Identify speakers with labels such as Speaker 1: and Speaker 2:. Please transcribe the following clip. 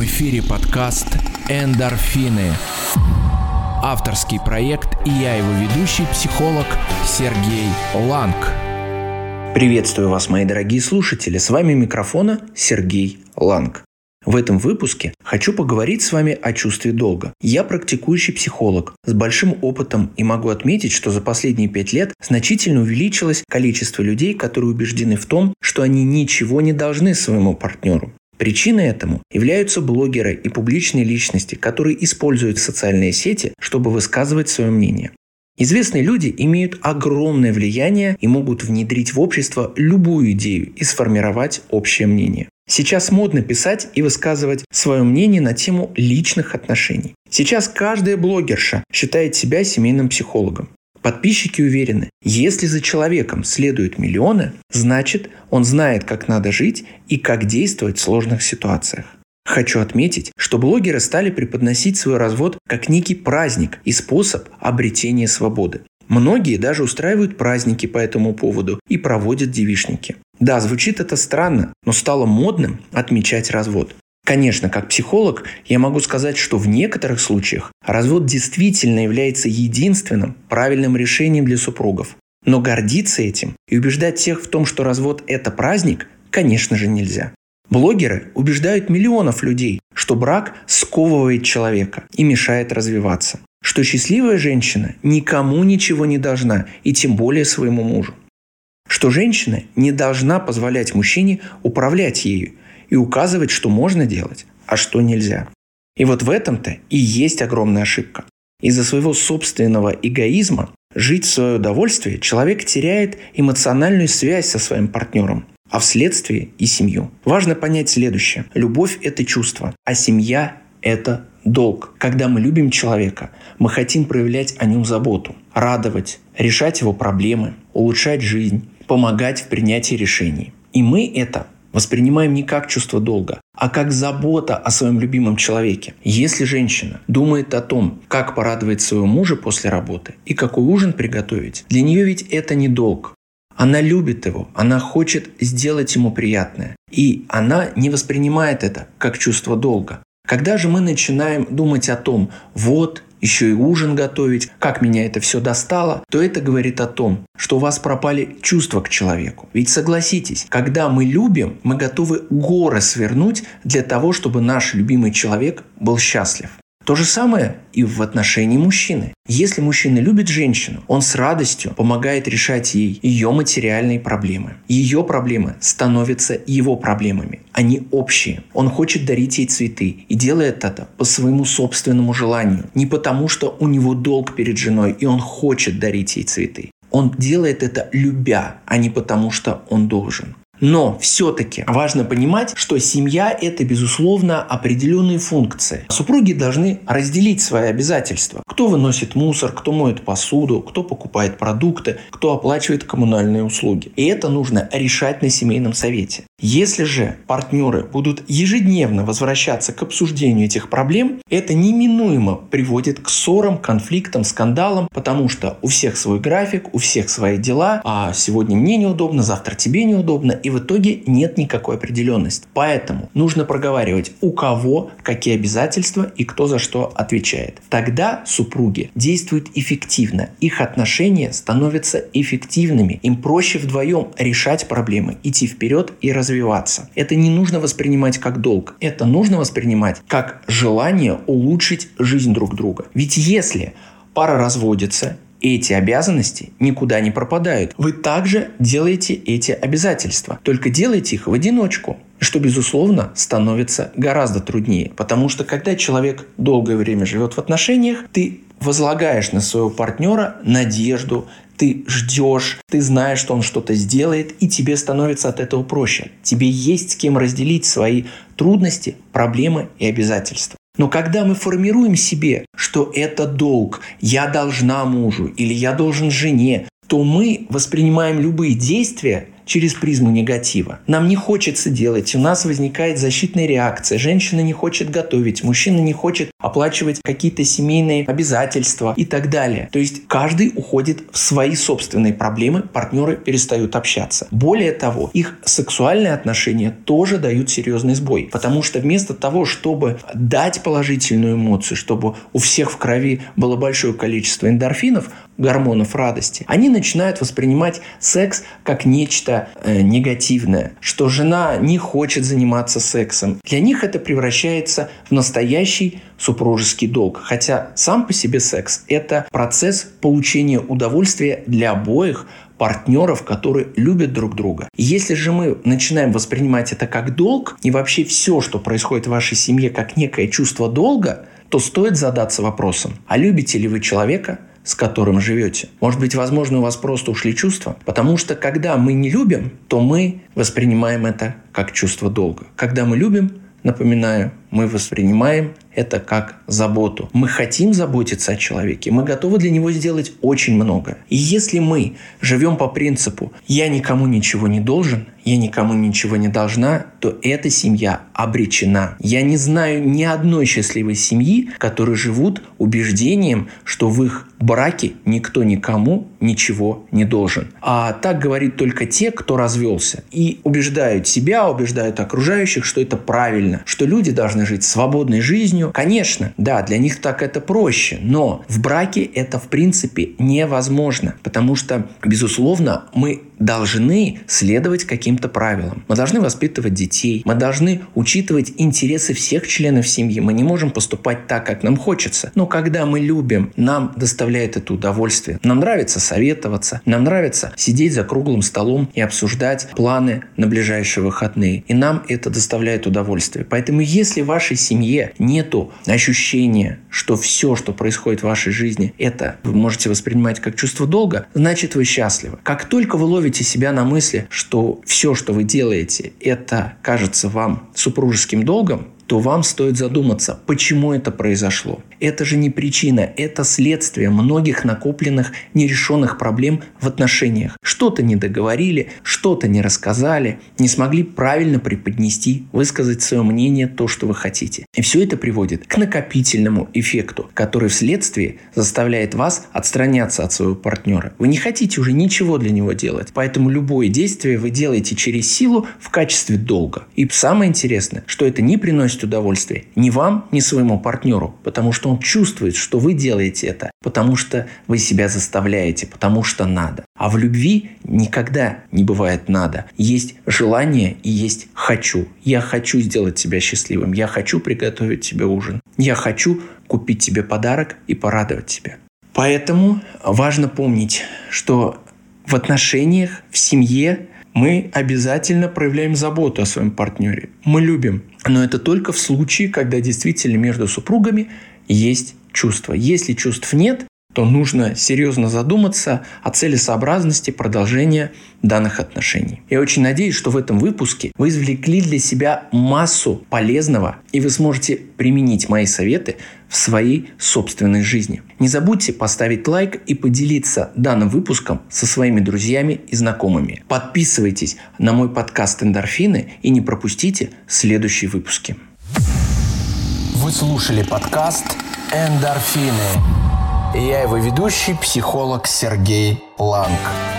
Speaker 1: эфире подкаст «Эндорфины». Авторский проект, и я его ведущий, психолог Сергей Ланг.
Speaker 2: Приветствую вас, мои дорогие слушатели. С вами у микрофона Сергей Ланг. В этом выпуске хочу поговорить с вами о чувстве долга. Я практикующий психолог с большим опытом и могу отметить, что за последние 5 лет значительно увеличилось количество людей, которые убеждены в том, что они ничего не должны своему партнеру. Причиной этому являются блогеры и публичные личности, которые используют социальные сети, чтобы высказывать свое мнение. Известные люди имеют огромное влияние и могут внедрить в общество любую идею и сформировать общее мнение. Сейчас модно писать и высказывать свое мнение на тему личных отношений. Сейчас каждая блогерша считает себя семейным психологом. Подписчики уверены, если за человеком следуют миллионы, значит, он знает, как надо жить и как действовать в сложных ситуациях. Хочу отметить, что блогеры стали преподносить свой развод как некий праздник и способ обретения свободы. Многие даже устраивают праздники по этому поводу и проводят девичники. Да, звучит это странно, но стало модным отмечать развод. Конечно, как психолог, я могу сказать, что в некоторых случаях развод действительно является единственным правильным решением для супругов. Но гордиться этим и убеждать всех в том, что развод – это праздник, конечно же, нельзя. Блогеры убеждают миллионов людей, что брак сковывает человека и мешает развиваться. Что счастливая женщина никому ничего не должна, и тем более своему мужу. Что женщина не должна позволять мужчине управлять ею и указывать, что можно делать, а что нельзя. И вот в этом-то и есть огромная ошибка. Из-за своего собственного эгоизма жить в свое удовольствие человек теряет эмоциональную связь со своим партнером, а вследствие и семью. Важно понять следующее. Любовь – это чувство, а семья – это долг. Когда мы любим человека, мы хотим проявлять о нем заботу, радовать, решать его проблемы, улучшать жизнь, помогать в принятии решений. И мы это воспринимаем не как чувство долга, а как забота о своем любимом человеке. Если женщина думает о том, как порадовать своего мужа после работы и какой ужин приготовить, для нее ведь это не долг. Она любит его, она хочет сделать ему приятное. И она не воспринимает это как чувство долга. Когда же мы начинаем думать о том, вот, еще и ужин готовить, как меня это все достало, то это говорит о том, что у вас пропали чувства к человеку. Ведь согласитесь, когда мы любим, мы готовы горы свернуть для того, чтобы наш любимый человек был счастлив. То же самое и в отношении мужчины. Если мужчина любит женщину, он с радостью помогает решать ей ее материальные проблемы. Ее проблемы становятся его проблемами. Они общие. Он хочет дарить ей цветы и делает это по своему собственному желанию. Не потому, что у него долг перед женой и он хочет дарить ей цветы. Он делает это любя, а не потому, что он должен. Но все-таки важно понимать, что семья – это, безусловно, определенные функции. Супруги должны разделить свои обязательства. Кто выносит мусор, кто моет посуду, кто покупает продукты, кто оплачивает коммунальные услуги. И это нужно решать на семейном совете. Если же партнеры будут ежедневно возвращаться к обсуждению этих проблем, это неминуемо приводит к ссорам, конфликтам, скандалам, потому что у всех свой график, у всех свои дела, а сегодня мне неудобно, завтра тебе неудобно, и в итоге нет никакой определенности. Поэтому нужно проговаривать, у кого какие обязательства и кто за что отвечает. Тогда супруги действуют эффективно, их отношения становятся эффективными, им проще вдвоем решать проблемы, идти вперед и развиваться. Это не нужно воспринимать как долг, это нужно воспринимать как желание улучшить жизнь друг друга. Ведь если пара разводится, эти обязанности никуда не пропадают. Вы также делаете эти обязательства, только делаете их в одиночку, что, безусловно, становится гораздо труднее. Потому что, когда человек долгое время живет в отношениях, ты возлагаешь на своего партнера надежду, ты ждешь, ты знаешь, что он что-то сделает, и тебе становится от этого проще. Тебе есть с кем разделить свои трудности, проблемы и обязательства. Но когда мы формируем себе, что это долг, я должна мужу или я должен жене, то мы воспринимаем любые действия через призму негатива. Нам не хочется делать, у нас возникает защитная реакция. Женщина не хочет готовить, мужчина не хочет оплачивать какие-то семейные обязательства и так далее. То есть каждый уходит в свои собственные проблемы, партнеры перестают общаться. Более того, их сексуальные отношения тоже дают серьезный сбой. Потому что вместо того, чтобы дать положительную эмоцию, чтобы у всех в крови было большое количество эндорфинов, гормонов радости, они начинают воспринимать секс как нечто негативное, что жена не хочет заниматься сексом. Для них это превращается в настоящий супружеский долг. Хотя сам по себе секс – это процесс получения удовольствия для обоих партнеров, которые любят друг друга. И если же мы начинаем воспринимать это как долг, и вообще все, что происходит в вашей семье, как некое чувство долга, то стоит задаться вопросом, а любите ли вы человека, с которым живете? Может быть, возможно, у вас просто ушли чувства? Потому что когда мы не любим, то мы воспринимаем это как чувство долга. Когда мы любим, напоминаю, мы воспринимаем это как заботу. Мы хотим заботиться о человеке, мы готовы для него сделать очень много. И если мы живем по принципу «я никому ничего не должен», «я никому ничего не должна», то эта семья обречена. Я не знаю ни одной счастливой семьи, которые живут убеждением, что в их браке никто никому ничего не должен. А так говорит только те, кто развелся. И убеждают себя, убеждают окружающих, что это правильно, что люди должны жить свободной жизнью. Конечно, да, для них так это проще, но в браке это в принципе невозможно, потому что, безусловно, мы должны следовать каким-то правилам. Мы должны воспитывать детей, мы должны учитывать интересы всех членов семьи. Мы не можем поступать так, как нам хочется. Но когда мы любим, нам доставляет это удовольствие. Нам нравится советоваться, нам нравится сидеть за круглым столом и обсуждать планы на ближайшие выходные. И нам это доставляет удовольствие. Поэтому если в вашей семье нету ощущения, что все, что происходит в вашей жизни, это вы можете воспринимать как чувство долга, значит вы счастливы. Как только вы ловите себя на мысли, что все, что вы делаете, это кажется вам супружеским долгом, то вам стоит задуматься, почему это произошло. Это же не причина, это следствие многих накопленных нерешенных проблем в отношениях. Что-то не договорили, что-то не рассказали, не смогли правильно преподнести, высказать свое мнение, то, что вы хотите. И все это приводит к накопительному эффекту, который вследствие заставляет вас отстраняться от своего партнера. Вы не хотите уже ничего для него делать, поэтому любое действие вы делаете через силу в качестве долга. И самое интересное, что это не приносит удовольствия ни вам, ни своему партнеру, потому что он чувствует, что вы делаете это, потому что вы себя заставляете, потому что надо. А в любви никогда не бывает надо. Есть желание и есть хочу. Я хочу сделать тебя счастливым, я хочу приготовить тебе ужин, я хочу купить тебе подарок и порадовать тебя. Поэтому важно помнить, что в отношениях, в семье мы обязательно проявляем заботу о своем партнере. Мы любим. Но это только в случае, когда действительно между супругами есть чувства. Если чувств нет, то нужно серьезно задуматься о целесообразности продолжения данных отношений. Я очень надеюсь, что в этом выпуске вы извлекли для себя массу полезного, и вы сможете применить мои советы в своей собственной жизни. Не забудьте поставить лайк и поделиться данным выпуском со своими друзьями и знакомыми. Подписывайтесь на мой подкаст «Эндорфины» и не пропустите следующие выпуски.
Speaker 1: Вы слушали подкаст «Эндорфины». Я его ведущий, психолог Сергей Ланг.